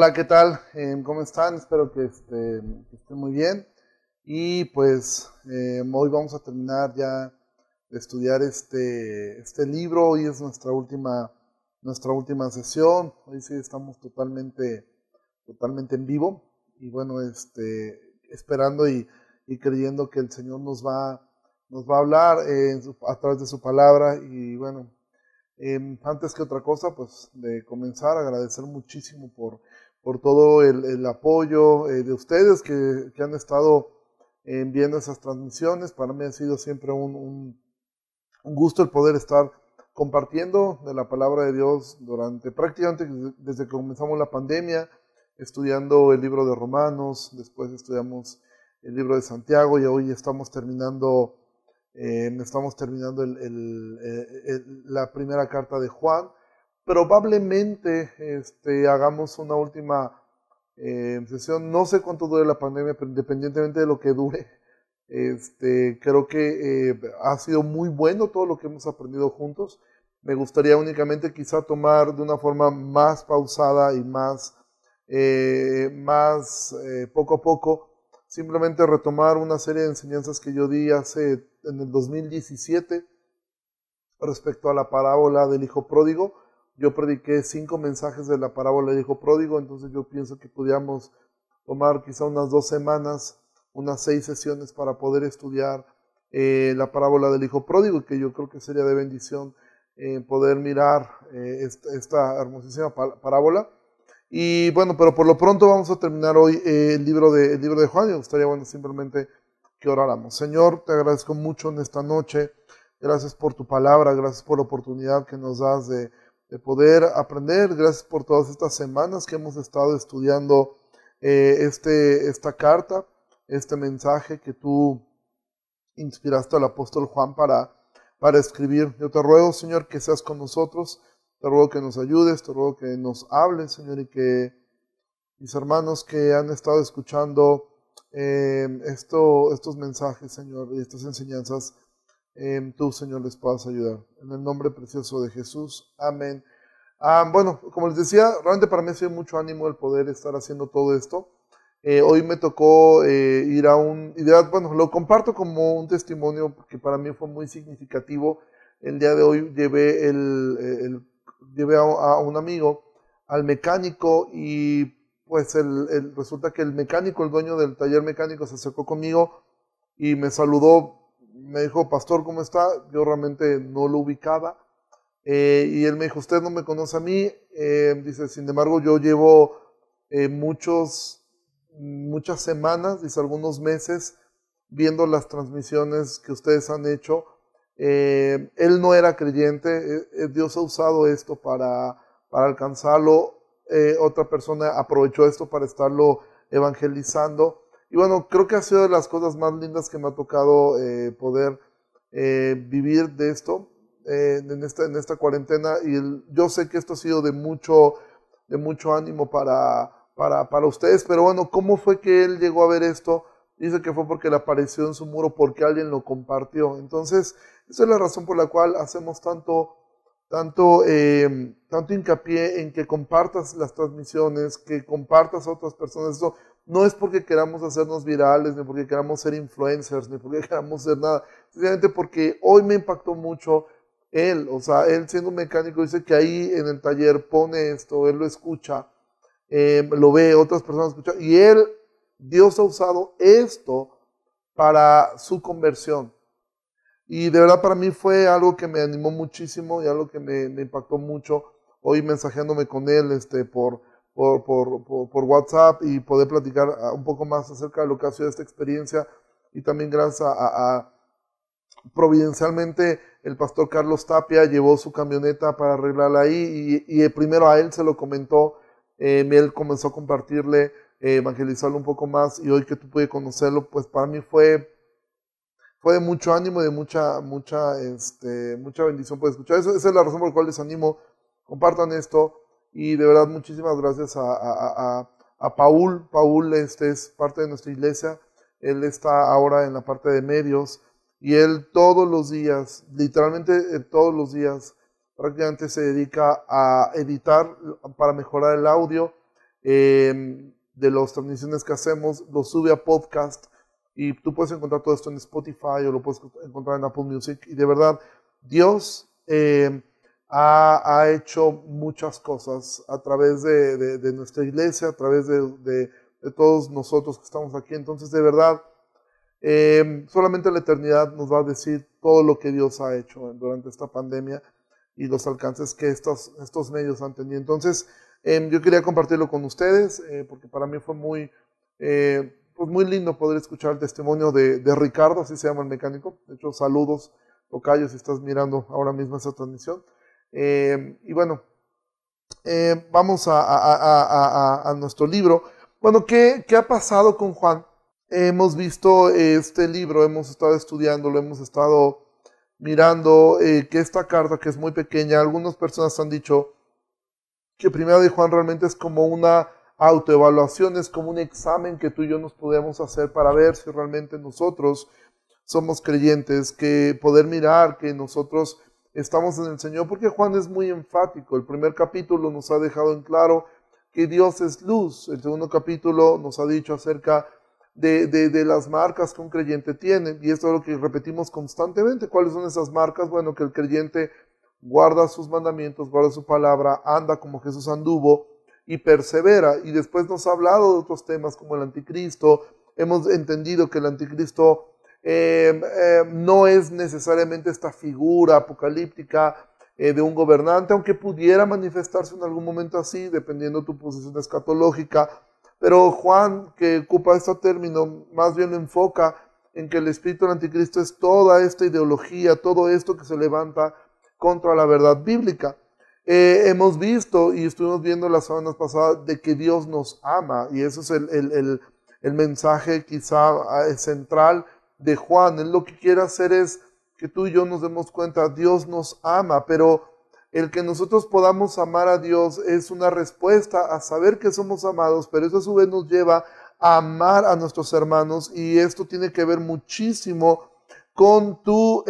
Hola, ¿qué tal? ¿Cómo están? Espero que estén muy bien. Y pues hoy vamos a terminar ya de estudiar este libro. Hoy es nuestra última sesión. Hoy sí estamos totalmente en vivo. Y bueno, esperando y creyendo que el Señor nos va a hablar a través de su palabra. Y bueno, antes que otra cosa, pues de comenzar, agradecer muchísimo por todo el apoyo de ustedes que han estado viendo esas transmisiones. Para mí ha sido siempre un gusto el poder estar compartiendo de la palabra de Dios durante prácticamente desde que comenzamos la pandemia, estudiando el libro de Romanos, después estudiamos el libro de Santiago y hoy estamos terminando la primera carta de Juan. Probablemente hagamos una última sesión. No sé cuánto dure la pandemia, pero independientemente de lo que dure, creo que ha sido muy bueno todo lo que hemos aprendido juntos. Me gustaría únicamente quizá tomar de una forma más pausada y más poco a poco, simplemente retomar una serie de enseñanzas que yo di en el 2017 respecto a la parábola del hijo pródigo. Yo prediqué 5 mensajes de la parábola del hijo pródigo, entonces yo pienso que podíamos tomar quizá unas 2 semanas, unas 6 sesiones para poder estudiar la parábola del hijo pródigo, y que yo creo que sería de bendición poder mirar esta hermosísima parábola. Y bueno, pero por lo pronto vamos a terminar hoy el libro de Juan. Y me gustaría, bueno, simplemente que oráramos. Señor, te agradezco mucho en esta noche. Gracias por tu palabra, gracias por la oportunidad que nos das de poder aprender. Gracias por todas estas semanas que hemos estado estudiando esta carta, este mensaje que tú inspiraste al apóstol Juan para escribir. Yo te ruego, Señor, que seas con nosotros. Te ruego que nos ayudes, te ruego que nos hables, Señor, y que mis hermanos que han estado escuchando estos mensajes, Señor, y estas enseñanzas, tú, Señor, les puedas ayudar. En el nombre precioso de Jesús. Amén. Bueno, como les decía, realmente para mí ha sido mucho ánimo el poder estar haciendo todo esto. Hoy me tocó ir a bueno, lo comparto como un testimonio porque para mí fue muy significativo. El día de hoy llevé a un amigo al mecánico y pues resulta que el mecánico, el dueño del taller mecánico, se acercó conmigo y me saludó. Me dijo: pastor, ¿cómo está? Yo realmente no lo ubicaba. Y él me dijo: usted no me conoce a mí. Dice: sin embargo, yo llevo muchas semanas, dice, algunos meses, viendo las transmisiones que ustedes han hecho. Él no era creyente. Dios ha usado esto para alcanzarlo. Otra persona aprovechó esto para estarlo evangelizando. Y bueno, creo que ha sido de las cosas más lindas que me ha tocado poder vivir de esto en esta cuarentena. Y yo sé que esto ha sido de mucho ánimo para ustedes. Pero bueno, ¿cómo fue que él llegó a ver esto? Dice que fue porque le apareció en su muro, porque alguien lo compartió. Entonces, esa es la razón por la cual hacemos tanto hincapié en que compartas las transmisiones, que compartas a otras personas. Eso no es porque queramos hacernos virales, ni porque queramos ser influencers, ni porque queramos ser nada. Sencillamente porque hoy me impactó mucho él. O sea, él siendo un mecánico dice que ahí en el taller pone esto, él lo escucha, lo ve, otras personas escuchan, y Dios ha usado esto para su conversión. Y de verdad para mí fue algo que me animó muchísimo y algo que me impactó mucho. Hoy mensajeándome con él por WhatsApp y poder platicar un poco más acerca de lo que ha sido esta experiencia. Y también gracias providencialmente el pastor Carlos Tapia llevó su camioneta para arreglarla ahí, y primero a él se lo comentó. Él comenzó a compartirle, evangelizarlo un poco más, y hoy que tú pude conocerlo, pues para mí fue de mucho ánimo y de mucha bendición por escuchar. Esa es la razón por la cual les animo, compartan esto. Y de verdad muchísimas gracias a Paul. Paul es parte de nuestra iglesia. Él está ahora en la parte de medios, y él todos los días, literalmente todos los días, prácticamente se dedica a editar para mejorar el audio. de las transmisiones que hacemos, lo sube a podcast y tú puedes encontrar todo esto en Spotify o lo puedes encontrar en Apple Music. Y de verdad, Dios ha hecho muchas cosas a través de nuestra iglesia, a través de todos nosotros que estamos aquí. Entonces, de verdad, solamente la eternidad nos va a decir todo lo que Dios ha hecho durante esta pandemia y los alcances que estos medios han tenido. Entonces, yo quería compartirlo con ustedes, porque para mí fue pues muy lindo poder escuchar el testimonio de Ricardo, así se llama el mecánico. De hecho, saludos, tocayo, si estás mirando ahora mismo esta transmisión. Y bueno, vamos a nuestro libro. Bueno, ¿qué ha pasado con Juan? Hemos visto este libro, hemos estado estudiándolo, hemos estado mirando que esta carta, que es muy pequeña, algunas personas han dicho que Primera de Juan realmente es como una autoevaluación, es como un examen que tú y yo nos podemos hacer para ver si realmente nosotros somos creyentes, que poder mirar que nosotros estamos en el Señor, porque Juan es muy enfático. El primer capítulo nos ha dejado en claro que Dios es luz. El segundo capítulo nos ha dicho acerca de las marcas que un creyente tiene, y esto es lo que repetimos constantemente. ¿Cuáles son esas marcas? Bueno, que el creyente guarda sus mandamientos, guarda su palabra, anda como Jesús anduvo y persevera. Y después nos ha hablado de otros temas como el anticristo. Hemos entendido que el anticristo no es necesariamente esta figura apocalíptica de un gobernante, aunque pudiera manifestarse en algún momento así, dependiendo de tu posición escatológica. Pero Juan, que ocupa este término, más bien lo enfoca en que el espíritu del anticristo es toda esta ideología, todo esto que se levanta contra la verdad bíblica. Hemos visto y estuvimos viendo las semanas pasadas de que Dios nos ama, y eso es el mensaje quizá central de Juan. Él lo que quiere hacer es que tú y yo nos demos cuenta, Dios nos ama, pero el que nosotros podamos amar a Dios es una respuesta a saber que somos amados, pero eso a su vez nos lleva a amar a nuestros hermanos, y esto tiene que ver muchísimo con tu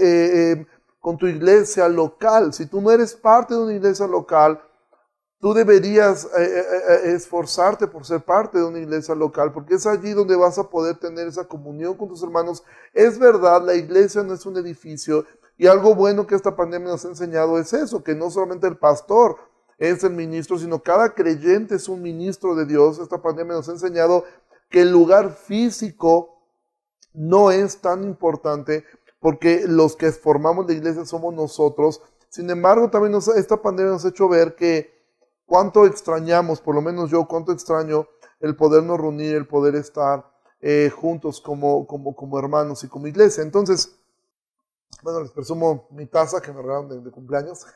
iglesia local. Si tú no eres parte de una iglesia local, tú deberías esforzarte por ser parte de una iglesia local, porque es allí donde vas a poder tener esa comunión con tus hermanos. Es verdad, la iglesia no es un edificio, y algo bueno que esta pandemia nos ha enseñado es eso, que no solamente el pastor es el ministro, sino cada creyente es un ministro de Dios. Esta pandemia nos ha enseñado que el lugar físico no es tan importante, porque los que formamos la iglesia somos nosotros. Sin embargo, también esta pandemia nos ha hecho ver que cuánto extrañamos, por lo menos yo, cuánto extraño el podernos reunir, el poder estar juntos como hermanos y como iglesia. Entonces, bueno, les presumo mi taza que me regalaron de cumpleaños.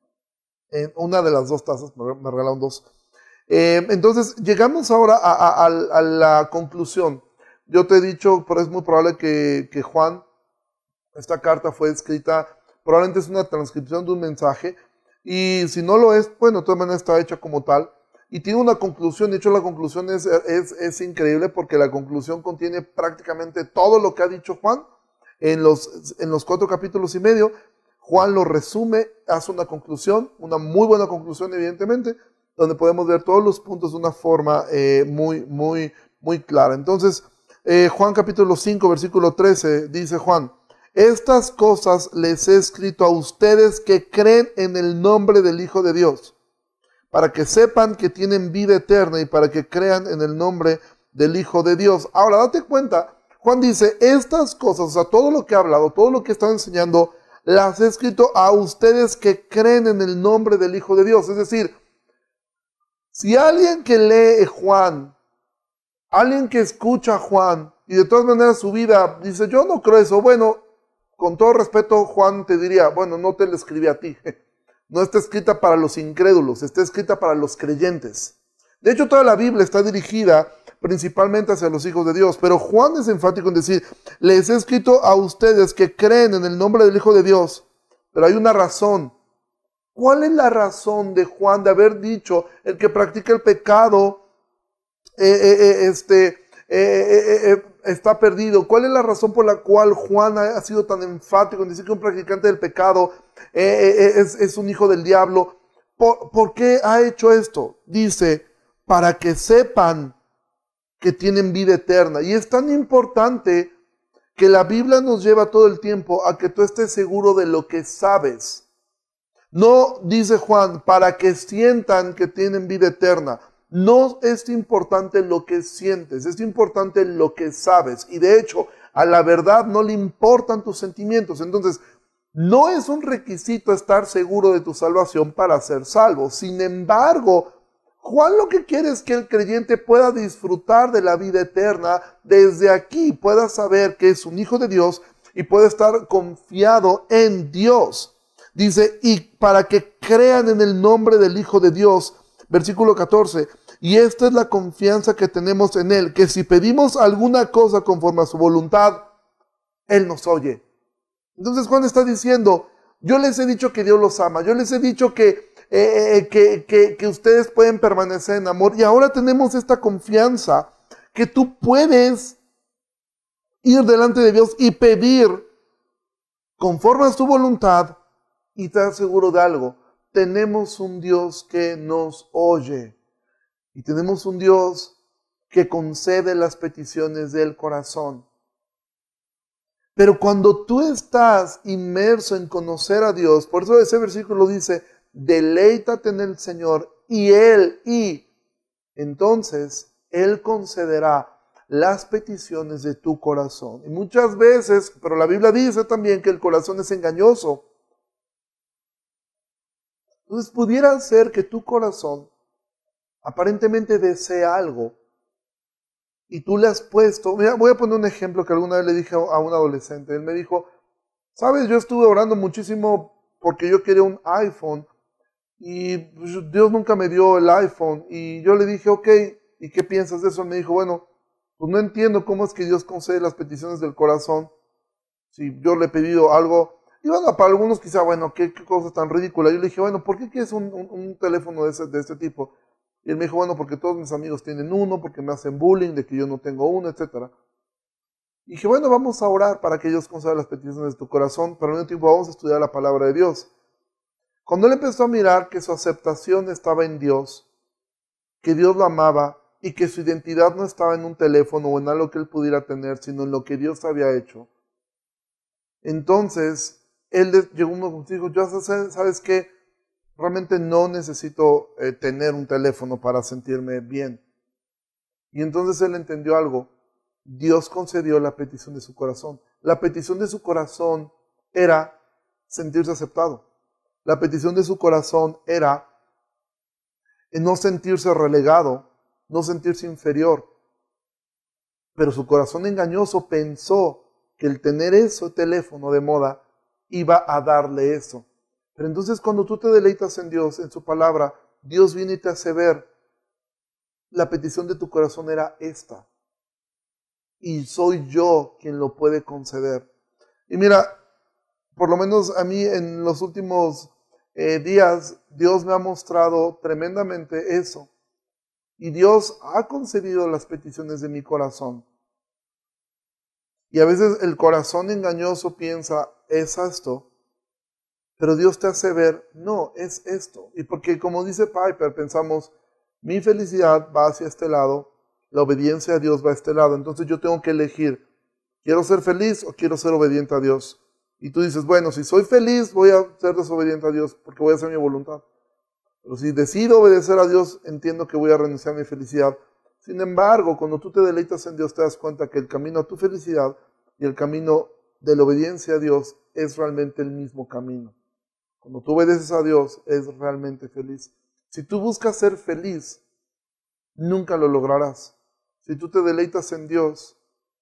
Una de las dos tazas, me regalaron dos. Entonces, llegamos ahora a la conclusión. Yo te he dicho, pero es muy probable que Juan, esta carta fue escrita, probablemente es una transcripción de un mensaje, y si no lo es, bueno, de todas maneras está hecha como tal, y tiene una conclusión. De hecho, la conclusión es increíble, porque la conclusión contiene prácticamente todo lo que ha dicho Juan en los 4 capítulos y medio. Juan lo resume, hace una conclusión, una muy buena conclusión evidentemente, donde podemos ver todos los puntos de una forma muy clara. Entonces, Juan capítulo 5, versículo 13, dice Juan: estas cosas les he escrito a ustedes que creen en el nombre del Hijo de Dios, para que sepan que tienen vida eterna y para que crean en el nombre del Hijo de Dios. Ahora, date cuenta, Juan dice, estas cosas, o sea, todo lo que ha hablado, todo lo que está enseñando, las he escrito a ustedes que creen en el nombre del Hijo de Dios. Es decir, si alguien que lee Juan, alguien que escucha a Juan, y de todas maneras su vida dice, yo no creo eso, bueno, con todo respeto, Juan te diría, bueno, no te la escribí a ti. No está escrita para los incrédulos, está escrita para los creyentes. De hecho, toda la Biblia está dirigida principalmente hacia los hijos de Dios, pero Juan es enfático en decir, les he escrito a ustedes que creen en el nombre del Hijo de Dios, pero hay una razón. ¿Cuál es la razón de Juan de haber dicho, el que practica el pecado está perdido? ¿Cuál es la razón por la cual Juan ha sido tan enfático en decir que un practicante del pecado es un hijo del diablo? ¿Por qué ha hecho esto? Dice, para que sepan que tienen vida eterna. Y es tan importante que la Biblia nos lleva todo el tiempo a que tú estés seguro de lo que sabes. No, dice Juan, para que sientan que tienen vida eterna. No es importante lo que sientes, es importante lo que sabes. Y de hecho, a la verdad no le importan tus sentimientos. Entonces, no es un requisito estar seguro de tu salvación para ser salvo. Sin embargo, Juan lo que quiere es que el creyente pueda disfrutar de la vida eterna desde aquí, pueda saber que es un hijo de Dios y puede estar confiado en Dios. Dice, y para que crean en el nombre del Hijo de Dios, versículo 14, y esta es la confianza que tenemos en Él, que si pedimos alguna cosa conforme a su voluntad, Él nos oye. Entonces Juan está diciendo, yo les he dicho que Dios los ama, yo les he dicho que ustedes pueden permanecer en amor, y ahora tenemos esta confianza que tú puedes ir delante de Dios y pedir conforme a su voluntad. Y te aseguro de algo, tenemos un Dios que nos oye y tenemos un Dios que concede las peticiones del corazón. Pero cuando tú estás inmerso en conocer a Dios, por eso ese versículo dice, deleítate en el Señor y entonces Él concederá las peticiones de tu corazón. Y muchas veces, pero la Biblia dice también que el corazón es engañoso. Entonces pudiera ser que tu corazón aparentemente desea algo y tú le has puesto, mira, voy a poner un ejemplo que alguna vez le dije a un adolescente. Él me dijo, sabes, yo estuve orando muchísimo porque yo quería un iPhone y Dios nunca me dio el iPhone. Y yo le dije, ok, ¿y qué piensas de eso? Él me dijo, bueno, pues no entiendo cómo es que Dios concede las peticiones del corazón si yo le he pedido algo. Y bueno, para algunos quizá, bueno, qué cosa tan ridícula. Yo le dije, bueno, ¿por qué quieres un teléfono de este tipo? Y él me dijo, bueno, porque todos mis amigos tienen uno, porque me hacen bullying de que yo no tengo uno, etc. Y dije, bueno, vamos a orar para que Dios conceda las peticiones de tu corazón, pero al mismo tiempo vamos a estudiar la palabra de Dios. Cuando él empezó a mirar que su aceptación estaba en Dios, que Dios lo amaba y que su identidad no estaba en un teléfono o en algo que él pudiera tener, sino en lo que Dios había hecho, entonces él llegó a un momento y dijo, yo, ¿sabes qué? Realmente no necesito tener un teléfono para sentirme bien. Y entonces él entendió algo. Dios concedió la petición de su corazón. La petición de su corazón era sentirse aceptado. La petición de su corazón era no sentirse relegado, no sentirse inferior. Pero su corazón engañoso pensó que el tener ese teléfono de moda iba a darle eso. Pero entonces cuando tú te deleitas en Dios, en su palabra, Dios viene y te hace ver, la petición de tu corazón era esta. Y soy yo quien lo puede conceder. Y mira, por lo menos a mí en los últimos días, Dios me ha mostrado tremendamente eso. Y Dios ha concedido las peticiones de mi corazón. Y a veces el corazón engañoso piensa, es esto. Pero Dios te hace ver, no, es esto. Y porque como dice Piper, pensamos, mi felicidad va hacia este lado, la obediencia a Dios va a este lado. Entonces yo tengo que elegir, ¿quiero ser feliz o quiero ser obediente a Dios? Y tú dices, bueno, si soy feliz voy a ser desobediente a Dios porque voy a hacer mi voluntad. Pero si decido obedecer a Dios, entiendo que voy a renunciar a mi felicidad. Sin embargo, cuando tú te deleitas en Dios, te das cuenta que el camino a tu felicidad y el camino de la obediencia a Dios es realmente el mismo camino. Cuando tú obedeces a Dios, es realmente feliz. Si tú buscas ser feliz, nunca lo lograrás. Si tú te deleitas en Dios,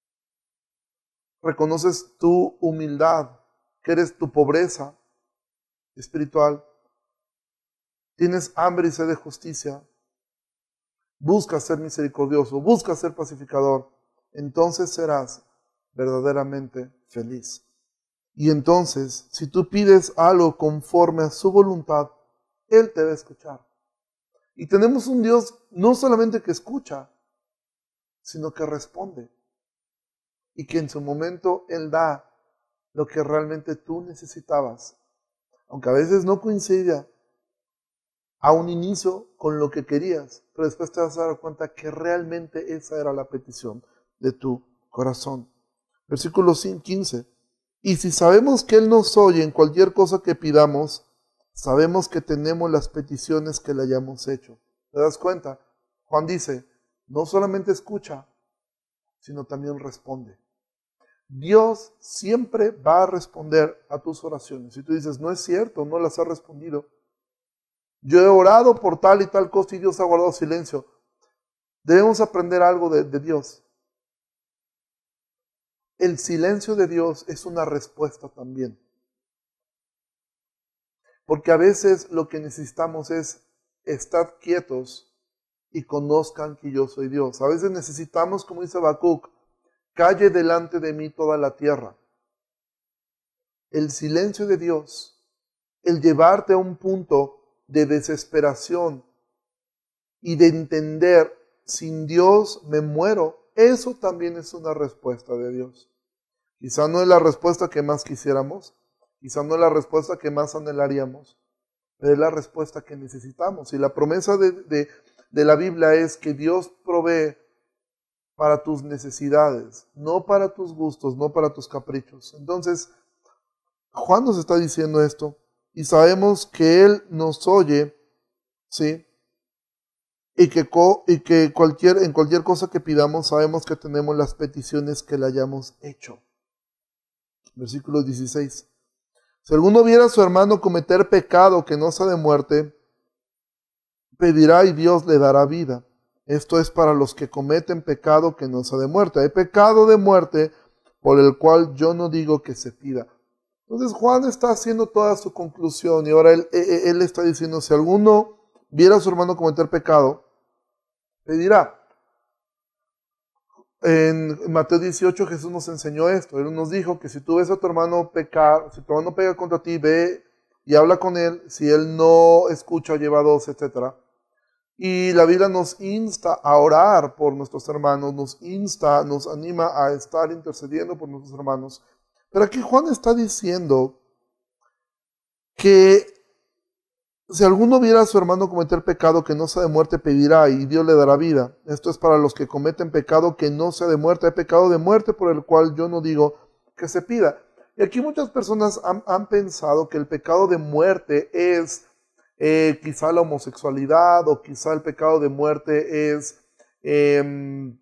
reconoces tu humildad, que eres tu pobreza espiritual, tienes hambre y sed de justicia, buscas ser misericordioso, buscas ser pacificador, entonces serás verdaderamente feliz. Y entonces, si tú pides algo conforme a su voluntad, Él te va a escuchar. Y tenemos un Dios no solamente que escucha, sino que responde. Y que en su momento Él da lo que realmente tú necesitabas. Aunque a veces no coincida a un inicio con lo que querías, pero después te vas a dar cuenta que realmente esa era la petición de tu corazón. Versículo 15. Y si sabemos que Él nos oye en cualquier cosa que pidamos, sabemos que tenemos las peticiones que le hayamos hecho. ¿Te das cuenta? Juan dice, no solamente escucha, sino también responde. Dios siempre va a responder a tus oraciones. Si tú dices, no es cierto, no las ha respondido. Yo he orado por tal y tal cosa y Dios ha guardado silencio. Debemos aprender algo de Dios. El silencio de Dios es una respuesta también. Porque a veces lo que necesitamos es estar quietos y conozcan que yo soy Dios. A veces necesitamos, como dice Habacuc, calle delante de mí toda la tierra. El silencio de Dios, el llevarte a un punto de desesperación y de entender, sin Dios me muero, eso también es una respuesta de Dios. Quizá no es la respuesta que más quisiéramos, quizá no es la respuesta que más anhelaríamos, pero es la respuesta que necesitamos. Y la promesa de la Biblia es que Dios provee para tus necesidades, no para tus gustos, no para tus caprichos. Entonces, Juan nos está diciendo esto y sabemos que Él nos oye, ¿sí? Y que en cualquier cosa que pidamos sabemos que tenemos las peticiones que le hayamos hecho. Versículo 16. Si alguno viera a su hermano cometer pecado que no sea de muerte, pedirá y Dios le dará vida. Esto es para los que cometen pecado que no sea de muerte. Hay pecado de muerte por el cual yo no digo que se pida. Entonces Juan está haciendo toda su conclusión y ahora él está diciendo, si alguno viera a su hermano cometer pecado, pedirá. En Mateo 18 Jesús nos enseñó esto. Él nos dijo que si tú ves a tu hermano pecar, si tu hermano pega contra ti, ve y habla con él. Si él no escucha, lleva dos, etc. Y la Biblia nos insta a orar por nuestros hermanos, nos anima a estar intercediendo por nuestros hermanos. Pero aquí Juan está diciendo que si alguno viera a su hermano cometer pecado que no sea de muerte, pedirá y Dios le dará vida. Esto es para los que cometen pecado que no sea de muerte. Hay pecado de muerte por el cual yo no digo que se pida. Y aquí muchas personas han pensado que el pecado de muerte es quizá la homosexualidad o quizá el pecado de muerte es el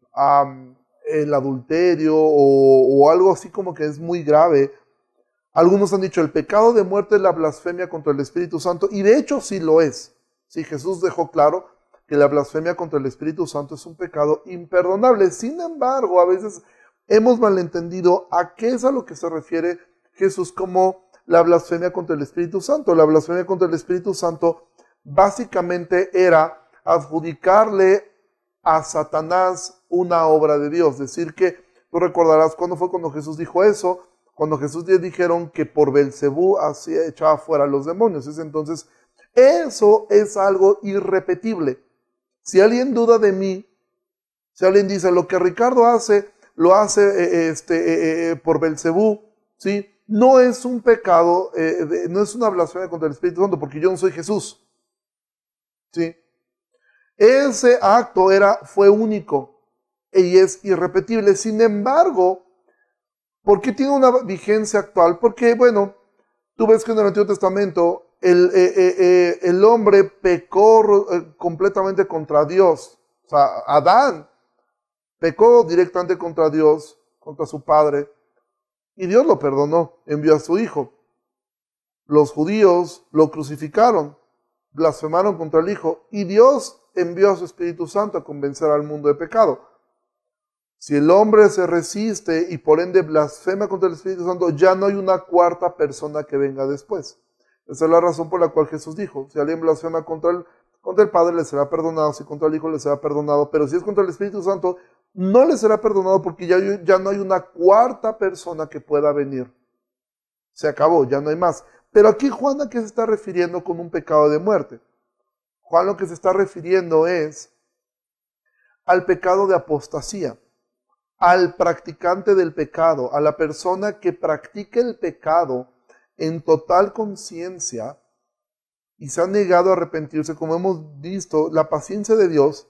adulterio o algo así como que es muy grave. Algunos han dicho el pecado de muerte es la blasfemia contra el Espíritu Santo y de hecho sí lo es. Sí, Jesús dejó claro que la blasfemia contra el Espíritu Santo es un pecado imperdonable. Sin embargo, a veces hemos malentendido a qué es a lo que se refiere Jesús como la blasfemia contra el Espíritu Santo. La blasfemia contra el Espíritu Santo básicamente era adjudicarle a Satanás una obra de Dios. Decir que, tú recordarás cuándo fue cuando Jesús dijo eso, cuando Jesús les dijeron que por Belcebú así echaba fuera a los demonios. Entonces, eso es algo irrepetible. Si alguien duda de mí, si alguien dice lo que Ricardo hace, lo hace por Belcebú, ¿sí? No es un pecado, no es una blasfemia contra el Espíritu Santo, porque yo no soy Jesús, ¿sí? Ese acto fue único y es irrepetible. Sin embargo, ¿por qué tiene una vigencia actual? Porque, bueno, tú ves que en el Antiguo Testamento el hombre pecó completamente contra Dios. O sea, Adán pecó directamente contra Dios, contra su padre, y Dios lo perdonó, envió a su hijo. Los judíos lo crucificaron, blasfemaron contra el hijo, y Dios envió a su Espíritu Santo a convencer al mundo de pecado. Si el hombre se resiste y por ende blasfema contra el Espíritu Santo, ya no hay una cuarta persona que venga después. Esa es la razón por la cual Jesús dijo, si alguien blasfema contra el Padre le será perdonado, si contra el Hijo le será perdonado, pero si es contra el Espíritu Santo, no le será perdonado porque ya no hay una cuarta persona que pueda venir. Se acabó, ya no hay más. Pero aquí Juan, ¿a qué se está refiriendo con un pecado de muerte? Juan lo que se está refiriendo es al pecado de apostasía, al practicante del pecado, a la persona que practica el pecado en total conciencia y se ha negado a arrepentirse, como hemos visto, la paciencia de Dios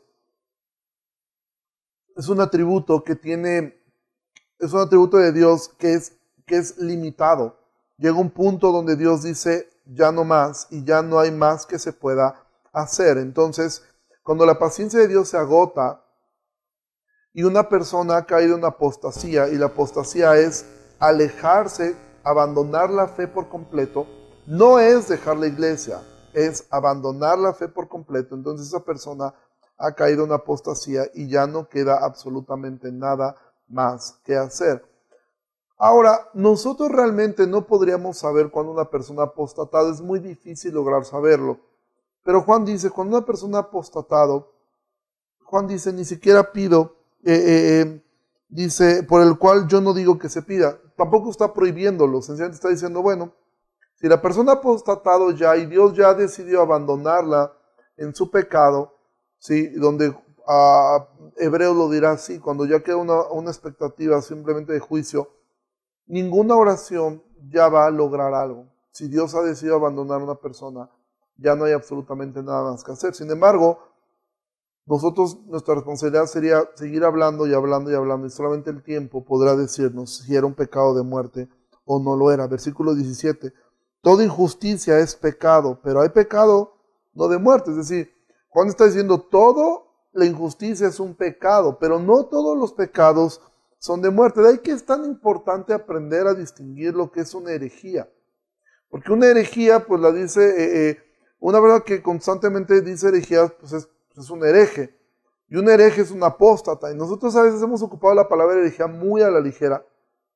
es un atributo que tiene, es un atributo de Dios que es limitado. Llega un punto donde Dios dice, ya no más, y ya no hay más que se pueda hacer. Entonces, cuando la paciencia de Dios se agota, y una persona ha caído en apostasía, y la apostasía es alejarse, abandonar la fe por completo, no es dejar la iglesia, es abandonar la fe por completo. Entonces esa persona ha caído en apostasía y ya no queda absolutamente nada más que hacer. Ahora, nosotros realmente no podríamos saber cuando una persona ha apostatado, es muy difícil lograr saberlo. Pero Juan dice, cuando una persona ha apostatado, Juan dice, ni siquiera pido, dice, por el cual yo no digo que se pida. Tampoco está prohibiéndolo, sencillamente está diciendo, bueno, si la persona ha apostatado ya y Dios ya decidió abandonarla en su pecado, ¿sí? Donde Hebreo lo dirá así, cuando ya queda una expectativa simplemente de juicio, ninguna oración ya va a lograr algo. Si Dios ha decidido abandonar a una persona, ya no hay absolutamente nada más que hacer. Sin embargo, nosotros, nuestra responsabilidad sería seguir hablando y hablando y hablando, y solamente el tiempo podrá decirnos si era un pecado de muerte o no lo era. Versículo 17. Toda injusticia es pecado, pero hay pecado no de muerte. Es decir, Juan está diciendo, toda la injusticia es un pecado, pero no todos los pecados son de muerte. De ahí que es tan importante aprender a distinguir lo que es una herejía. Porque una herejía, pues la dice, una verdad que constantemente dice herejías, pues es un hereje. Y un hereje es un apóstata. Y nosotros a veces hemos ocupado la palabra herejía muy a la ligera.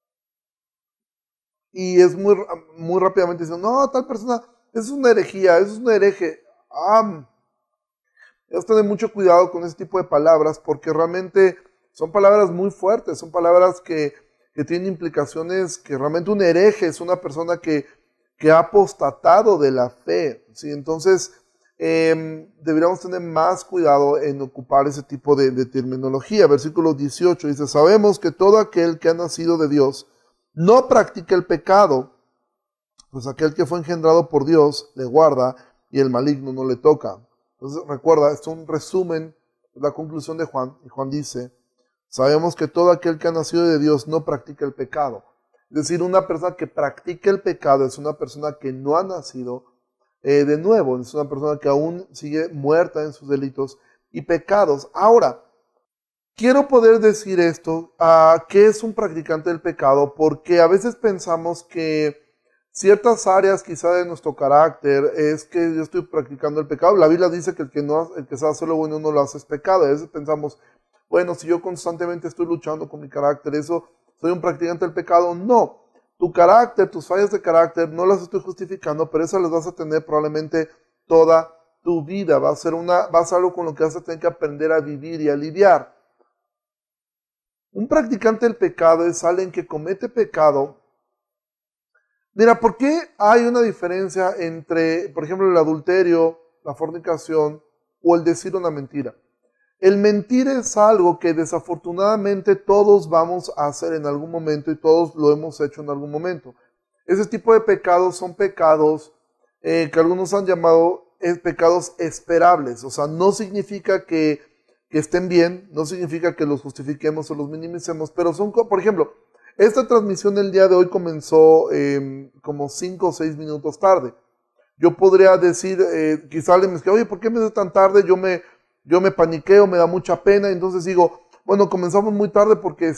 Y es muy rápidamente diciendo, no, tal persona es una herejía, es un hereje. Debes tener mucho cuidado con ese tipo de palabras porque realmente son palabras muy fuertes, son palabras que tienen implicaciones, que realmente un hereje es una persona que ha apostatado de la fe, ¿sí? Entonces, deberíamos tener más cuidado en ocupar ese tipo de terminología. Versículo 18 dice, sabemos que todo aquel que ha nacido de Dios no practica el pecado, pues aquel que fue engendrado por Dios le guarda y el maligno no le toca. Entonces recuerda, esto es un resumen de la conclusión de Juan, y Juan dice, sabemos que todo aquel que ha nacido de Dios no practica el pecado. Es decir, una persona que practica el pecado es una persona que no ha nacido de nuevo, es una persona que aún sigue muerta en sus delitos y pecados. Ahora, quiero poder decir esto, ¿qué es un practicante del pecado? Porque a veces pensamos que ciertas áreas quizá de nuestro carácter es que yo estoy practicando el pecado. La Biblia dice que el que sabe hacer lo bueno no lo hace es pecado. A veces pensamos, bueno, si yo constantemente estoy luchando con mi carácter, ¿eso soy un practicante del pecado? No. Tu carácter, tus fallas de carácter, no las estoy justificando, pero esas las vas a tener probablemente toda tu vida. Va a ser algo con lo que vas a tener que aprender a vivir y a lidiar. Un practicante del pecado es alguien que comete pecado. Mira, ¿por qué hay una diferencia entre, por ejemplo, el adulterio, la fornicación o el decir una mentira? El mentir es algo que desafortunadamente todos vamos a hacer en algún momento y todos lo hemos hecho en algún momento. Ese tipo de pecados son pecados que algunos han llamado pecados esperables. O sea, no significa que estén bien, no significa que los justifiquemos o los minimicemos, pero son, por ejemplo, esta transmisión del día de hoy comenzó como 5 o 6 minutos tarde. Yo podría decir, quizá alguien me diga, oye, ¿por qué me hace tan tarde? Yo me paniqueo, me da mucha pena, entonces digo, bueno, comenzamos muy tarde porque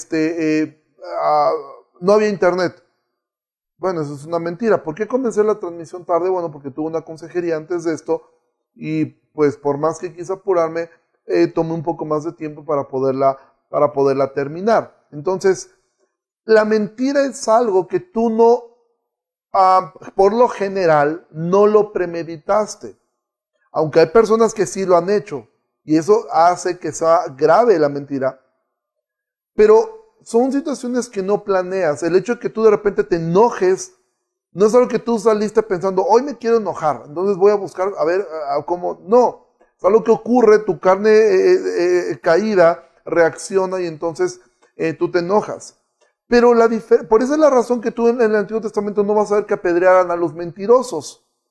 no había internet. Bueno, eso es una mentira. ¿Por qué comencé la transmisión tarde? Bueno, porque tuve una consejería antes de esto y pues por más que quise apurarme, tomé un poco más de tiempo para poderla terminar. Entonces, la mentira es algo que tú no, por lo general, no lo premeditaste. Aunque hay personas que sí lo han hecho. Y eso hace que sea grave la mentira. Pero son situaciones que no planeas. El hecho de que tú de repente te enojes, no es algo que tú saliste pensando, hoy me quiero enojar, entonces voy a buscar a ver cómo. No, es algo que ocurre, tu carne caída reacciona y entonces tú te enojas. Pero por esa es la razón que tú en el Antiguo Testamento no vas a ver que apedrearan a los mentirosos.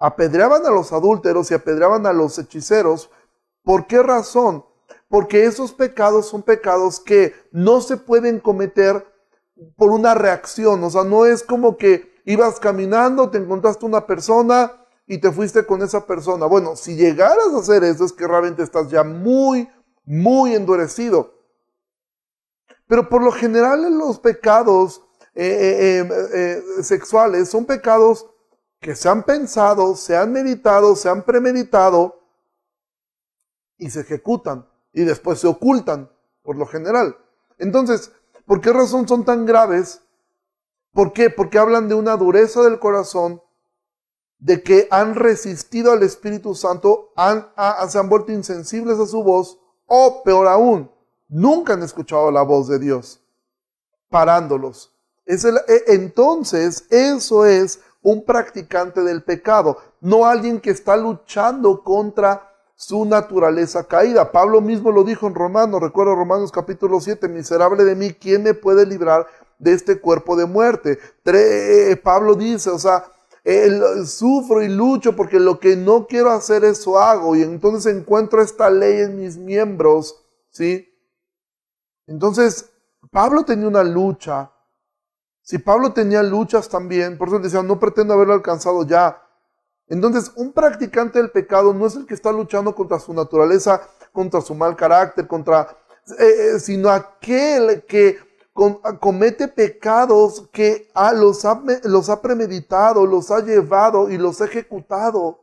apedreaban a los adúlteros y apedreaban a los hechiceros. ¿Por qué razón? Porque esos pecados son pecados que no se pueden cometer por una reacción. O sea, no es como que ibas caminando, te encontraste una persona y te fuiste con esa persona. Bueno, si llegaras a hacer eso, es que realmente estás ya muy, muy endurecido. Pero por lo general los pecados sexuales son pecados que se han pensado, se han meditado, se han premeditado y se ejecutan y después se ocultan, por lo general. Entonces, ¿por qué razón son tan graves? ¿Por qué? Porque hablan de una dureza del corazón, de que han resistido al Espíritu Santo, se han vuelto insensibles a su voz, o peor aún, nunca han escuchado la voz de Dios, parándolos. Entonces, eso es un practicante del pecado, no alguien que está luchando contra su naturaleza caída. Pablo mismo lo dijo en Romanos, recuerdo Romanos capítulo 7, miserable de mí, ¿quién me puede librar de este cuerpo de muerte? Pablo dice, o sea, sufro y lucho porque lo que no quiero hacer eso hago, y entonces encuentro esta ley en mis miembros, ¿sí? Entonces, Pablo tenía una lucha. Si Pablo tenía luchas también, por eso decía, no pretendo haberlo alcanzado ya. Entonces, un practicante del pecado no es el que está luchando contra su naturaleza, contra su mal carácter, sino aquel que comete pecados que los ha premeditado, los ha llevado y los ha ejecutado.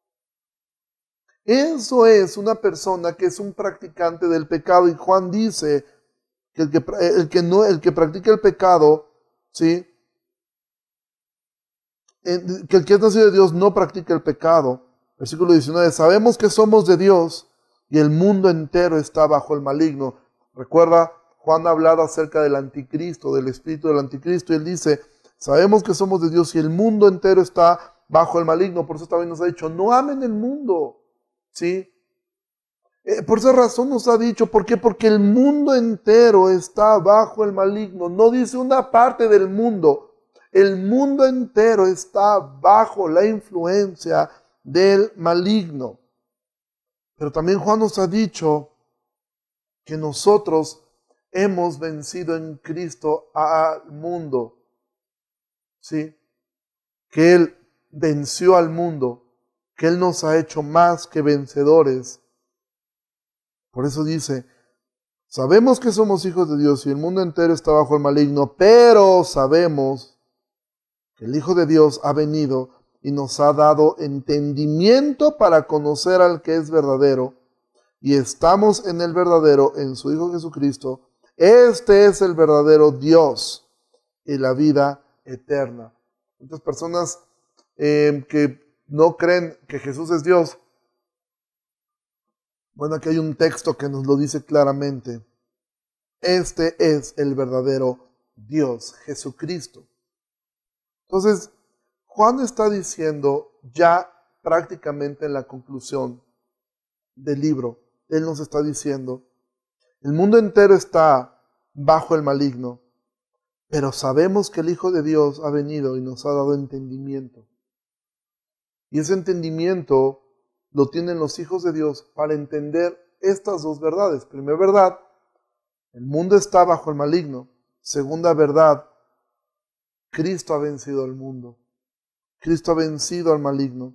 Eso es una persona que es un practicante del pecado. Y Juan dice que el que practica el pecado, ¿sí? Que el que es nacido de Dios no practica el pecado. Versículo 19, sabemos que somos de Dios y el mundo entero está bajo el maligno. Recuerda, Juan ha hablado acerca del anticristo, del espíritu del anticristo, y él dice, sabemos que somos de Dios y el mundo entero está bajo el maligno. Por eso también nos ha dicho, no amen el mundo, ¿sí? Por esa razón nos ha dicho, ¿por qué? Porque el mundo entero está bajo el maligno. No dice una parte del mundo. El mundo entero está bajo la influencia del maligno. Pero también Juan nos ha dicho que nosotros hemos vencido en Cristo al mundo. ¿Sí? Que Él venció al mundo, que Él nos ha hecho más que vencedores. Por eso dice, sabemos que somos hijos de Dios y el mundo entero está bajo el maligno, pero sabemos que el Hijo de Dios ha venido y nos ha dado entendimiento para conocer al que es verdadero, y estamos en el verdadero, en su Hijo Jesucristo. Este es el verdadero Dios y la vida eterna. Muchas personas que no creen que Jesús es Dios, bueno, aquí hay un texto que nos lo dice claramente. Este es el verdadero Dios, Jesucristo. Entonces, Juan está diciendo ya prácticamente en la conclusión del libro, él nos está diciendo, el mundo entero está bajo el maligno, pero sabemos que el Hijo de Dios ha venido y nos ha dado entendimiento. Y ese entendimiento lo tienen los hijos de Dios para entender estas dos verdades. Primera verdad, el mundo está bajo el maligno. Segunda verdad, Cristo ha vencido al mundo. Cristo ha vencido al maligno.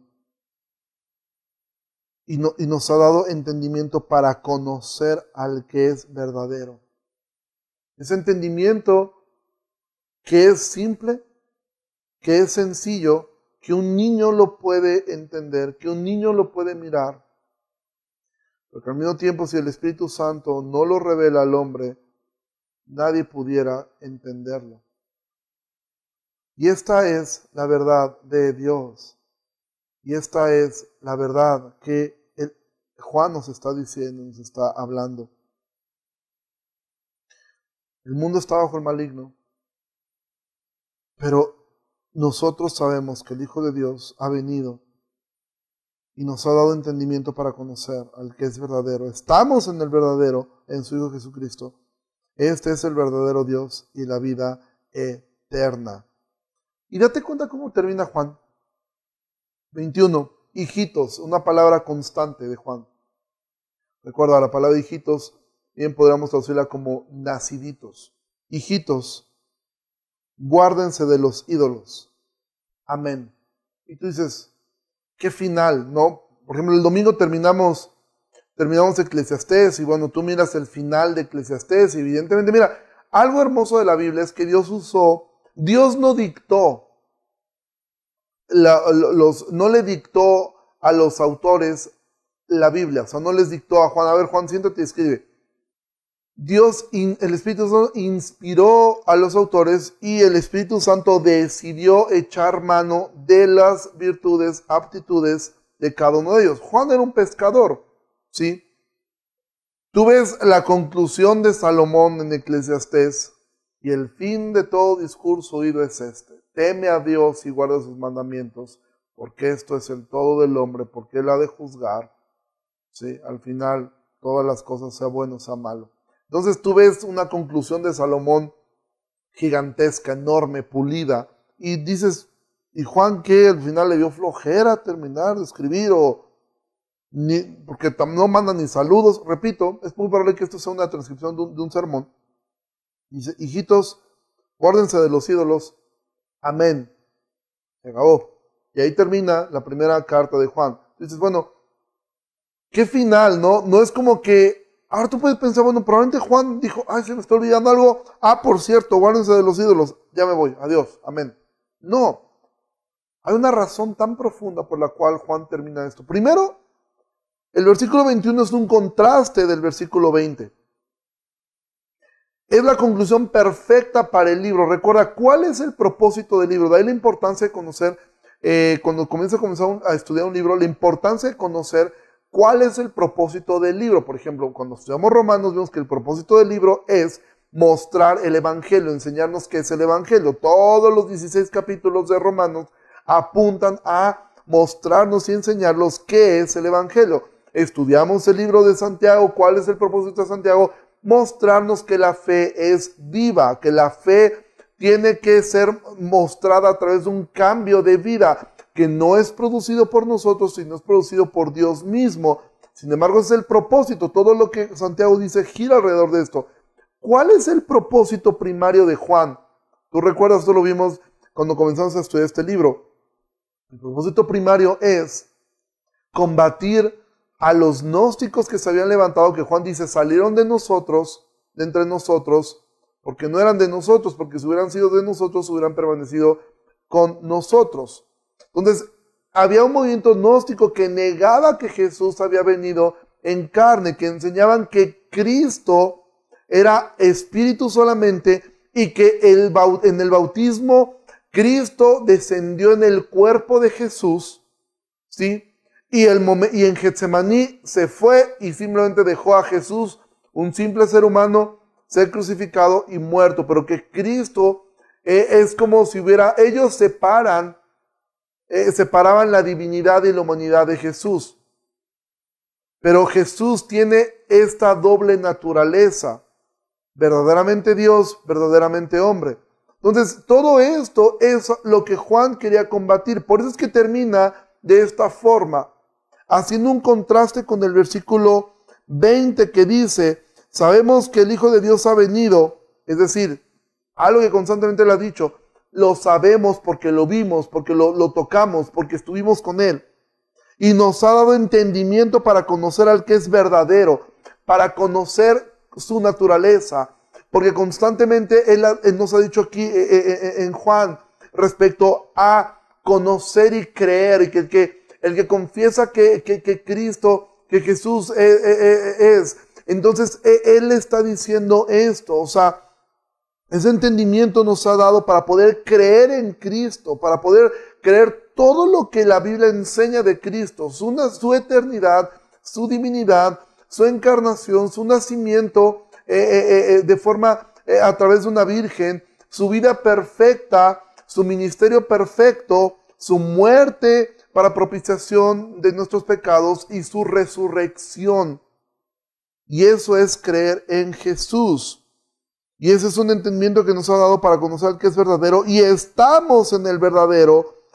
Y nos ha dado entendimiento para conocer al que es verdadero. Ese entendimiento que es simple, que es sencillo, que un niño lo puede entender, que un niño lo puede mirar. Porque al mismo tiempo, si el Espíritu Santo no lo revela al hombre, nadie pudiera entenderlo. Y esta es la verdad de Dios. Y esta es la verdad que Juan nos está diciendo, nos está hablando. El mundo está bajo el maligno, pero nosotros sabemos que el Hijo de Dios ha venido y nos ha dado entendimiento para conocer al que es verdadero. Estamos en el verdadero, en su Hijo Jesucristo. Este es el verdadero Dios y la vida eterna. Y date cuenta cómo termina Juan. 21. Hijitos, una palabra constante de Juan. Recuerda, la palabra hijitos, bien podríamos traducirla como naciditos. Hijitos, guárdense de los ídolos. Amén. Y tú dices, ¿qué final? ¿No? Por ejemplo, el domingo terminamos Eclesiastés y bueno, tú miras el final de Eclesiastés y evidentemente, mira, algo hermoso de la Biblia es que Dios no dictó, no le dictó a los autores la Biblia, o sea, no les dictó a Juan, a ver Juan, siéntate y escribe. El Espíritu Santo inspiró a los autores y el Espíritu Santo decidió echar mano de las virtudes, aptitudes de cada uno de ellos. Juan era un pescador, ¿sí? Tú ves la conclusión de Salomón en Eclesiastés y el fin de todo discurso oído es este. Teme a Dios y guarda sus mandamientos, porque esto es el todo del hombre, porque Él ha de juzgar, ¿sí? Al final, todas las cosas, sea bueno, sea malo. Entonces tú ves una conclusión de Salomón gigantesca, enorme, pulida, y dices, ¿y Juan qué? Al final le dio flojera terminar de escribir, porque no manda ni saludos. Repito, es muy probable que esto sea una transcripción de un sermón. Dice, hijitos, guárdense de los ídolos. Amén. Se acabó. Y ahí termina la primera carta de Juan. Dices, bueno, ¿qué final? No es como que, ahora tú puedes pensar, bueno, probablemente Juan dijo, ay, se me está olvidando algo. Ah, por cierto, guárdense de los ídolos. Ya me voy, adiós, amén. No. Hay una razón tan profunda por la cual Juan termina esto. Primero, el versículo 21 es un contraste del versículo 20. Es la conclusión perfecta para el libro. Recuerda, ¿cuál es el propósito del libro? De ahí la importancia de conocer, cuando comenzamos a estudiar un libro, la importancia de conocer cuál es el propósito del libro. Por ejemplo, cuando estudiamos Romanos, vemos que el propósito del libro es mostrar el Evangelio, enseñarnos qué es el Evangelio. Todos los 16 capítulos de Romanos apuntan a mostrarnos y enseñarnos qué es el Evangelio. Estudiamos el libro de Santiago. ¿Cuál es el propósito de Santiago? Mostrarnos que la fe es viva, que la fe tiene que ser mostrada a través de un cambio de vida, que no es producido por nosotros, sino es producido por Dios mismo. Sin embargo, ese es el propósito. Todo lo que Santiago dice gira alrededor de esto. ¿Cuál es el propósito primario de Juan? Tú recuerdas, esto lo vimos cuando comenzamos a estudiar este libro. El propósito primario es combatir a los gnósticos que se habían levantado, que Juan dice, salieron de nosotros, de entre nosotros, porque no eran de nosotros, porque si hubieran sido de nosotros, hubieran permanecido con nosotros. Entonces, había un movimiento gnóstico que negaba que Jesús había venido en carne, que enseñaban que Cristo era espíritu solamente y que en el bautismo Cristo descendió en el cuerpo de Jesús, ¿sí? Y en Getsemaní se fue y simplemente dejó a Jesús, un simple ser humano, ser crucificado y muerto. Pero que Cristo es como si ellos separaban la divinidad y la humanidad de Jesús. Pero Jesús tiene esta doble naturaleza, verdaderamente Dios, verdaderamente hombre. Entonces, todo esto es lo que Juan quería combatir. Por eso es que termina de esta forma, haciendo un contraste con el versículo 20 que dice, sabemos que el Hijo de Dios ha venido, es decir, algo que constantemente le ha dicho, lo sabemos porque lo vimos, porque lo tocamos, porque estuvimos con Él. Y nos ha dado entendimiento para conocer al que es verdadero, para conocer su naturaleza, porque constantemente Él nos ha dicho aquí en Juan respecto a conocer y creer, y que el que confiesa que Cristo, que Jesús es. Entonces, Él está diciendo esto, o sea, ese entendimiento nos ha dado para poder creer en Cristo, para poder creer todo lo que la Biblia enseña de Cristo, su eternidad, su divinidad, su encarnación, su nacimiento de forma a través de una virgen, su vida perfecta, su ministerio perfecto, su muerte para propiciación de nuestros pecados y su resurrección. Y eso es creer en Jesús. Y ese es un entendimiento que nos ha dado para conocer al que es verdadero. Y estamos en el verdadero.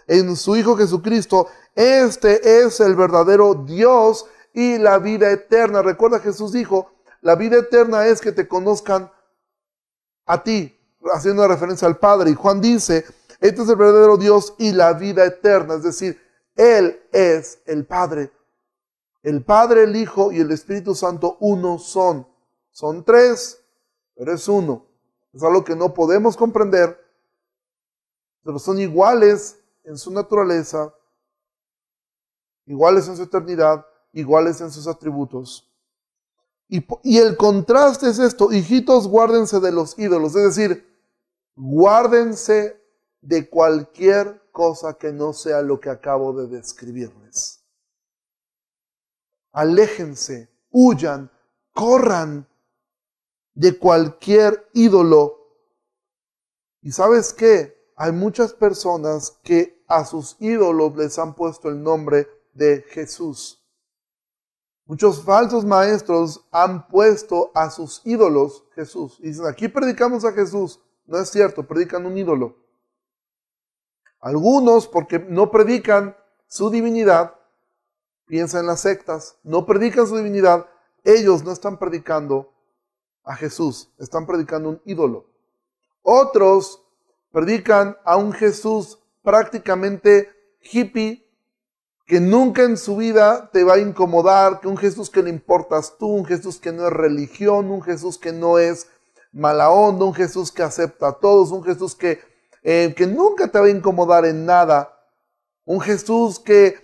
en su Hijo Jesucristo. Este es el verdadero Dios y la vida eterna. Recuerda, Jesús dijo, la vida eterna es que te conozcan a ti, haciendo referencia al Padre. Y Juan dice, este es el verdadero Dios y la vida eterna. Es decir, Él es el Padre. El Padre, el Hijo y el Espíritu Santo uno son. Son tres, pero es uno. Es algo que no podemos comprender, pero son iguales en su naturaleza, iguales en su eternidad, iguales en sus atributos. Y el contraste es esto: hijitos, guárdense de los ídolos, es decir, guárdense de cualquier cosa que no sea lo que acabo de describirles. Aléjense, huyan, corran de cualquier ídolo. ¿Y sabes qué? Hay muchas personas que a sus ídolos les han puesto el nombre de Jesús. Muchos falsos maestros han puesto a sus ídolos Jesús. Y dicen, aquí predicamos a Jesús. No es cierto, predican un ídolo. Algunos, porque no predican su divinidad, piensa en las sectas, no predican su divinidad, ellos no están predicando a Jesús, están predicando un ídolo. Otros predican a un Jesús prácticamente hippie, que nunca en su vida te va a incomodar, que un Jesús que le importas tú, un Jesús que no es religión, un Jesús que no es mala onda, un Jesús que acepta a todos, un Jesús que nunca te va a incomodar en nada, un Jesús que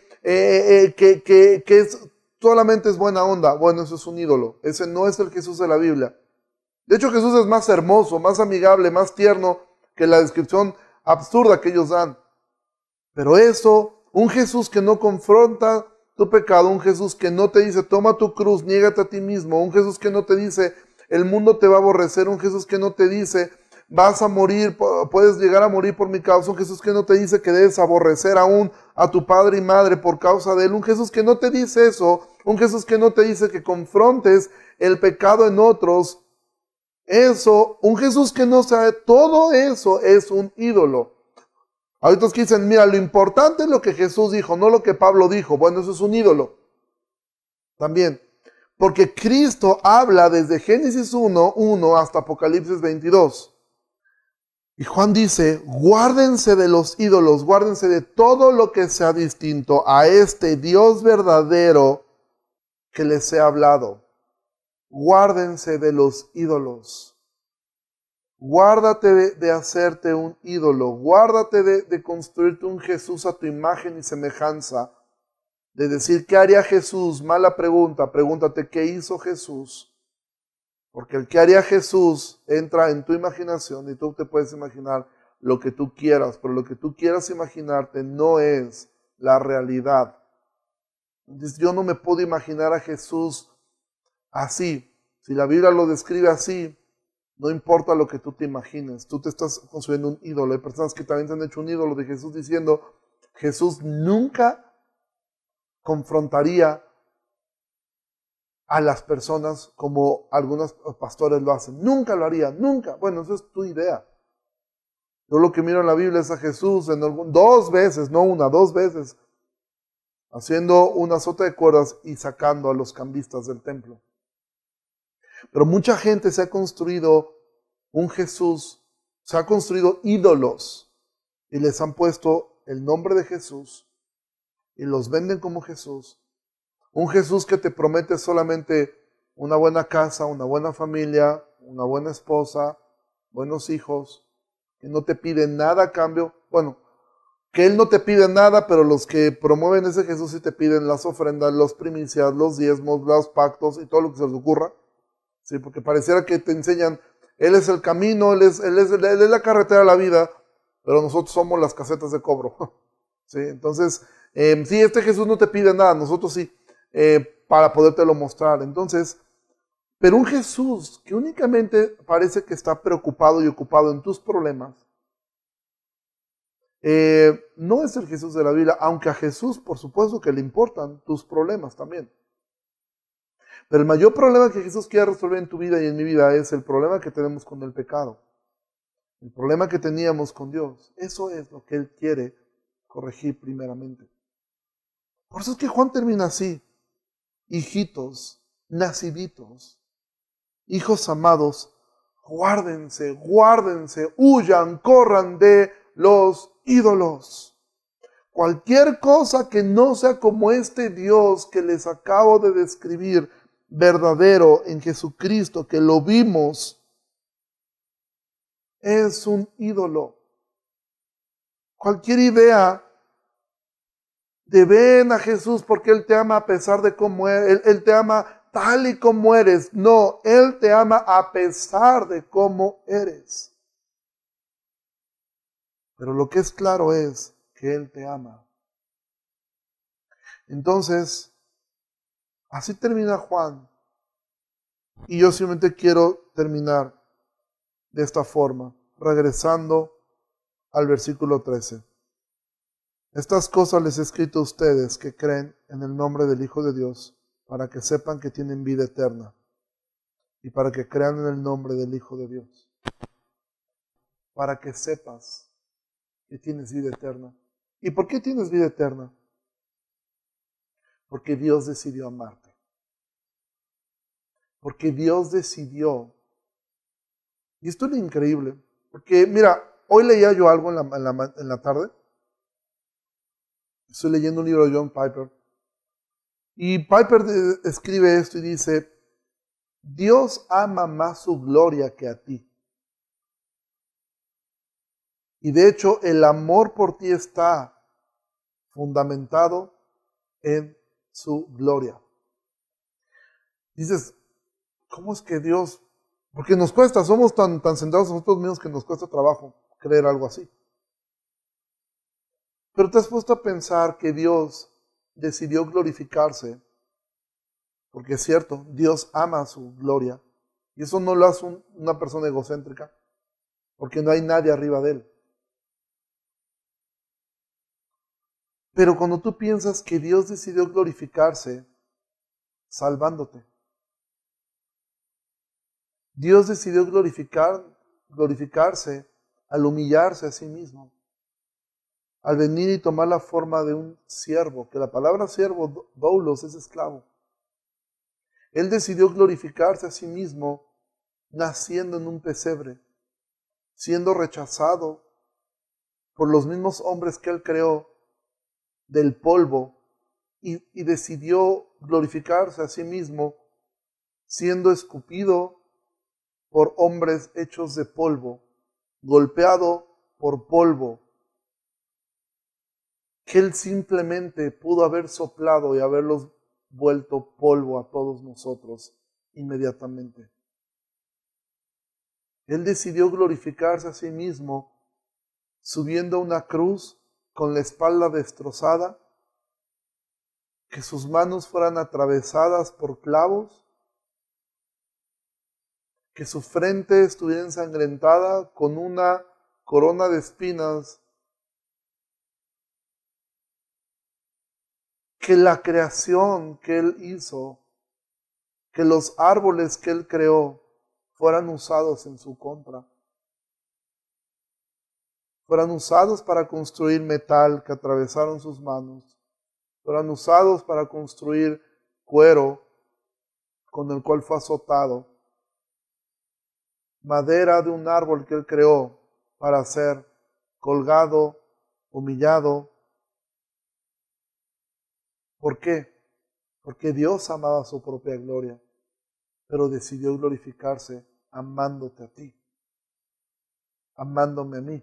solamente es buena onda. Bueno, eso es un ídolo. Ese no es el Jesús de la Biblia. De hecho, Jesús es más hermoso, más amigable, más tierno que la descripción absurda que ellos dan. Pero eso, un Jesús que no confronta tu pecado, un Jesús que no te dice, toma tu cruz, niégate a ti mismo, un Jesús que no te dice, el mundo te va a aborrecer, un Jesús que no te dice, vas a morir, puedes llegar a morir por mi causa, un Jesús que no te dice que debes aborrecer aún a tu padre y madre por causa de él, un Jesús que no te dice eso, un Jesús que no te dice que confrontes el pecado en otros. Eso, un Jesús que no sabe, todo eso es un ídolo. Hay otros que dicen, mira, lo importante es lo que Jesús dijo, no lo que Pablo dijo. Bueno, eso es un ídolo. También. Porque Cristo habla desde Génesis 1 hasta Apocalipsis 22. Y Juan dice, guárdense de los ídolos, guárdense de todo lo que sea distinto a este Dios verdadero que les he hablado. Guárdense de los ídolos. Guárdate de hacerte un ídolo. Guárdate de construirte un Jesús a tu imagen y semejanza. De decir, ¿qué haría Jesús? Mala pregunta. Pregúntate, ¿qué hizo Jesús? Porque el que haría Jesús entra en tu imaginación y tú te puedes imaginar lo que tú quieras, pero lo que tú quieras imaginarte no es la realidad. Entonces, yo no me puedo imaginar a Jesús así. Si la Biblia lo describe así, no importa lo que tú te imagines, tú te estás construyendo un ídolo. Hay personas que también se han hecho un ídolo de Jesús diciendo, Jesús nunca confrontaría a las personas como algunos pastores lo hacen. Nunca lo haría, nunca. Bueno, eso es tu idea. Yo lo que miro en la Biblia es a Jesús dos veces, no una, dos veces, haciendo una sota de cuerdas y sacando a los cambistas del templo. Pero mucha gente se ha construido un Jesús, se ha construido ídolos y les han puesto el nombre de Jesús y los venden como Jesús. Un Jesús que te promete solamente una buena casa, una buena familia, una buena esposa, buenos hijos, que no te pide nada a cambio. Bueno, que Él no te pide nada, pero los que promueven ese Jesús sí te piden las ofrendas, las primicias, los diezmos, los pactos y todo lo que se les ocurra. Sí, porque pareciera que te enseñan, Él es el camino, Él es la carretera de la vida, pero nosotros somos las casetas de cobro. Sí, entonces, sí, este Jesús no te pide nada, nosotros sí, para podértelo mostrar. Entonces, pero un Jesús que únicamente parece que está preocupado y ocupado en tus problemas, no es el Jesús de la Biblia, aunque a Jesús, por supuesto, que le importan tus problemas también. Pero el mayor problema que Jesús quiere resolver en tu vida y en mi vida es el problema que tenemos con el pecado. El problema que teníamos con Dios. Eso es lo que Él quiere corregir primeramente. Por eso es que Juan termina así: hijitos, naciditos, hijos amados, guárdense, guárdense, huyan, corran de los ídolos. Cualquier cosa que no sea como este Dios que les acabo de describir, verdadero en Jesucristo, que lo vimos, es un ídolo. Cualquier idea de ven a Jesús porque Él te ama a pesar de cómo eres, Él te ama tal y como eres. No, Él te ama a pesar de cómo eres. Pero lo que es claro es que Él te ama. Entonces, así termina Juan. Y yo simplemente quiero terminar de esta forma, regresando al versículo 13. Estas cosas les he escrito a ustedes que creen en el nombre del Hijo de Dios, para que sepan que tienen vida eterna y para que crean en el nombre del Hijo de Dios. Para que sepas que tienes vida eterna. ¿Y por qué tienes vida eterna? Porque Dios decidió amarte. Porque Dios decidió. Y esto es lo increíble. Porque mira, hoy leía yo algo en la tarde. Estoy leyendo un libro de John Piper. Y Piper escribe esto y dice: Dios ama más su gloria que a ti. Y de hecho el amor por ti está fundamentado en su gloria. Dices, ¿cómo es que Dios? Porque nos cuesta, somos tan centrados en nosotros mismos que nos cuesta trabajo creer algo así. Pero te has puesto a pensar que Dios decidió glorificarse, porque es cierto, Dios ama su gloria, y eso no lo hace una persona egocéntrica, porque no hay nadie arriba de él. Pero cuando tú piensas que Dios decidió glorificarse salvándote, Dios decidió glorificarse al humillarse a sí mismo, al venir y tomar la forma de un siervo, que la palabra siervo, doulos, es esclavo. Él decidió glorificarse a sí mismo naciendo en un pesebre, siendo rechazado por los mismos hombres que Él creó del polvo, y decidió glorificarse a sí mismo siendo escupido por hombres hechos de polvo, golpeado por polvo, que Él simplemente pudo haber soplado y haberlos vuelto polvo a todos nosotros inmediatamente. Él decidió glorificarse a sí mismo subiendo a una cruz con la espalda destrozada, que sus manos fueran atravesadas por clavos, que su frente estuviera ensangrentada con una corona de espinas, que la creación que Él hizo, que los árboles que Él creó fueran usados en su contra, fueran usados para construir metal que atravesaron sus manos, fueran usados para construir cuero con el cual fue azotado, madera de un árbol que Él creó para ser colgado, humillado. ¿Por qué? Porque Dios amaba su propia gloria, pero decidió glorificarse amándote a ti, amándome a mí,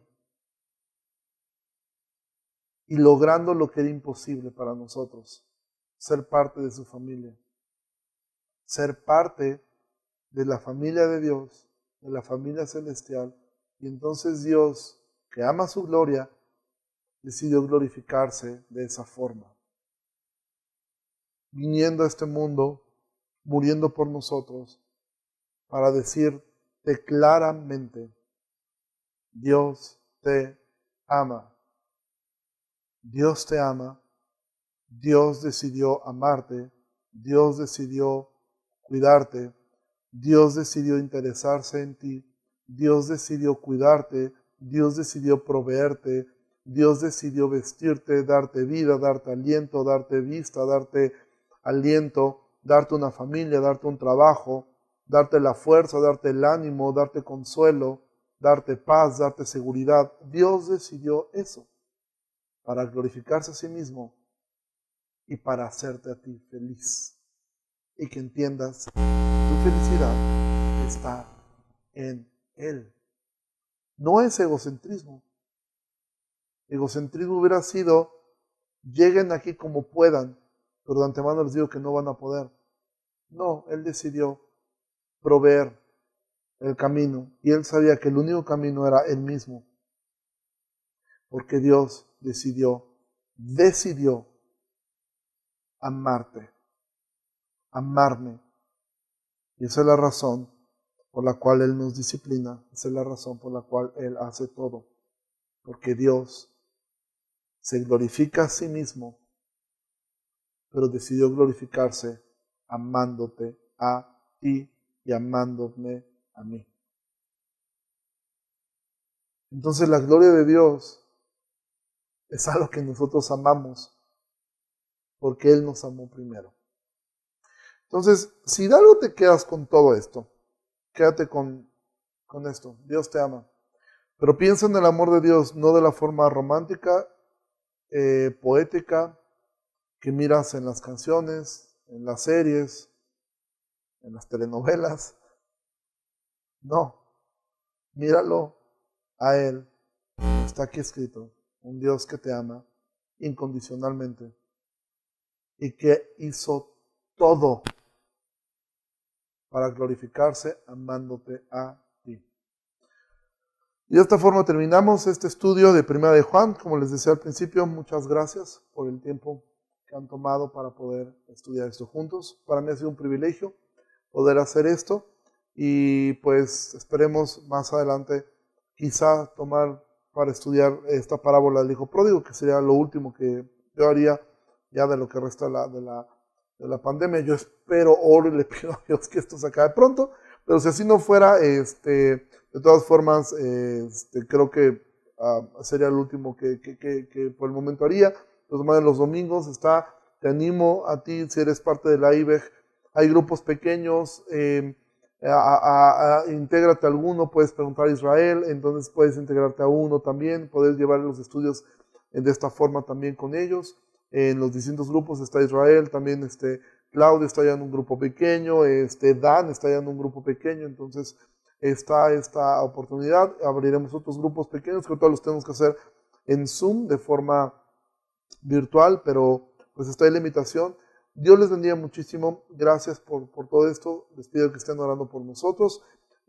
y logrando lo que era imposible para nosotros, ser parte de su familia, ser parte de la familia de Dios, de la familia celestial. Y entonces Dios, que ama su gloria, decidió glorificarse de esa forma, viniendo a este mundo, muriendo por nosotros, para decirte claramente: Dios te ama. Dios te ama. Dios decidió amarte. Dios decidió cuidarte. Dios decidió interesarse en ti. Dios decidió cuidarte. Dios decidió proveerte. Dios decidió vestirte, darte vida, darte aliento, darte vista, darte aliento, darte una familia, darte un trabajo, darte la fuerza, darte el ánimo, darte consuelo, darte paz, darte seguridad. Dios decidió eso para glorificarse a sí mismo y para hacerte a ti feliz. Y que entiendas, tu felicidad está en Él. No es egocentrismo. Egocentrismo hubiera sido, lleguen aquí como puedan, pero de antemano les digo que no van a poder. No, Él decidió proveer el camino y Él sabía que el único camino era Él mismo. Porque Dios decidió amarte, amarme. Y esa es la razón por la cual Él nos disciplina, esa es la razón por la cual Él hace todo. Porque Dios se glorifica a sí mismo, pero decidió glorificarse amándote a ti y amándome a mí. Entonces la gloria de Dios es algo que nosotros amamos, porque Él nos amó primero. Entonces, si de algo te quedas con todo esto, quédate con esto. Dios te ama. Pero piensa en el amor de Dios, no de la forma romántica, poética, que miras en las canciones, en las series, en las telenovelas. No, míralo a Él. Está aquí escrito, un Dios que te ama incondicionalmente y que hizo todo para glorificarse amándote a ti. Y de esta forma terminamos este estudio de Primera de Juan. Como les decía al principio, muchas gracias por el tiempo que han tomado para poder estudiar esto juntos. Para mí ha sido un privilegio poder hacer esto y pues esperemos más adelante quizá tomar para estudiar esta parábola del hijo pródigo, que sería lo último que yo haría ya de lo que resta de la pandemia. Yo espero, oro y le pido a Dios que esto se acabe pronto, pero si así no fuera, de todas formas, creo que sería el último que por el momento haría. Los domingos te animo a ti, si eres parte de la IBEG, hay grupos pequeños, intégrate a alguno, puedes preguntar a Israel, entonces puedes integrarte a uno también, puedes llevar los estudios de esta forma también con ellos. En los distintos grupos está Israel, también Claudio está ya en un grupo pequeño, Dan está ya en un grupo pequeño, entonces está esta oportunidad. Abriremos otros grupos pequeños que todos los tenemos que hacer en Zoom de forma virtual, pero pues está ahí la invitación. Dios les bendiga muchísimo. Gracias por todo esto. Les pido que estén orando por nosotros,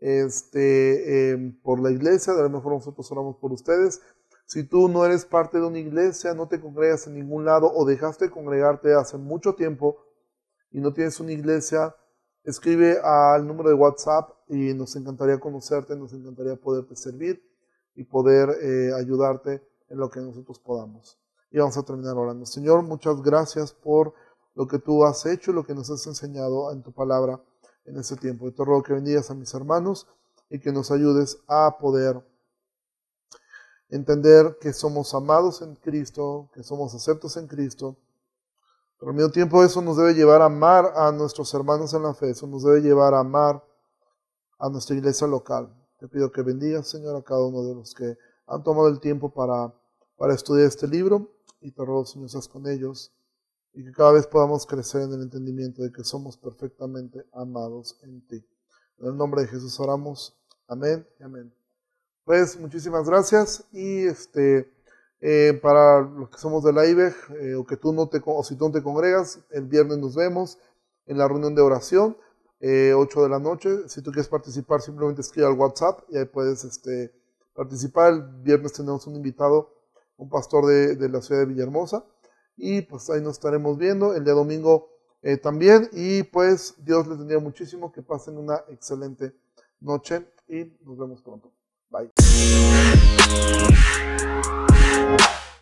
por la iglesia. De la misma forma nosotros oramos por ustedes. Si tú no eres parte de una iglesia, no te congregas en ningún lado o dejaste de congregarte hace mucho tiempo y no tienes una iglesia, escribe al número de WhatsApp y nos encantaría conocerte, nos encantaría poderte servir y poder ayudarte en lo que nosotros podamos. Y vamos a terminar orando. Señor, muchas gracias por lo que tú has hecho y lo que nos has enseñado en tu palabra en este tiempo. Y te ruego que bendigas a mis hermanos y que nos ayudes a poder entender que somos amados en Cristo, que somos aceptos en Cristo. Pero al mismo tiempo eso nos debe llevar a amar a nuestros hermanos en la fe, eso nos debe llevar a amar a nuestra iglesia local. Te pido que bendigas, Señor, a cada uno de los que han tomado el tiempo para estudiar este libro y te ruego, Señor, seas con ellos y que cada vez podamos crecer en el entendimiento de que somos perfectamente amados en ti. En el nombre de Jesús oramos. Amén y amén. Pues muchísimas gracias y para los que somos de la IBEG o si tú no te congregas, el viernes nos vemos en la reunión de oración, 8 de la noche. Si tú quieres participar, simplemente escribe al WhatsApp y ahí puedes participar. El viernes tenemos un invitado, un pastor de la ciudad de Villahermosa y pues ahí nos estaremos viendo. El día domingo también y pues Dios les bendiga muchísimo, que pasen una excelente noche y nos vemos pronto. Bye.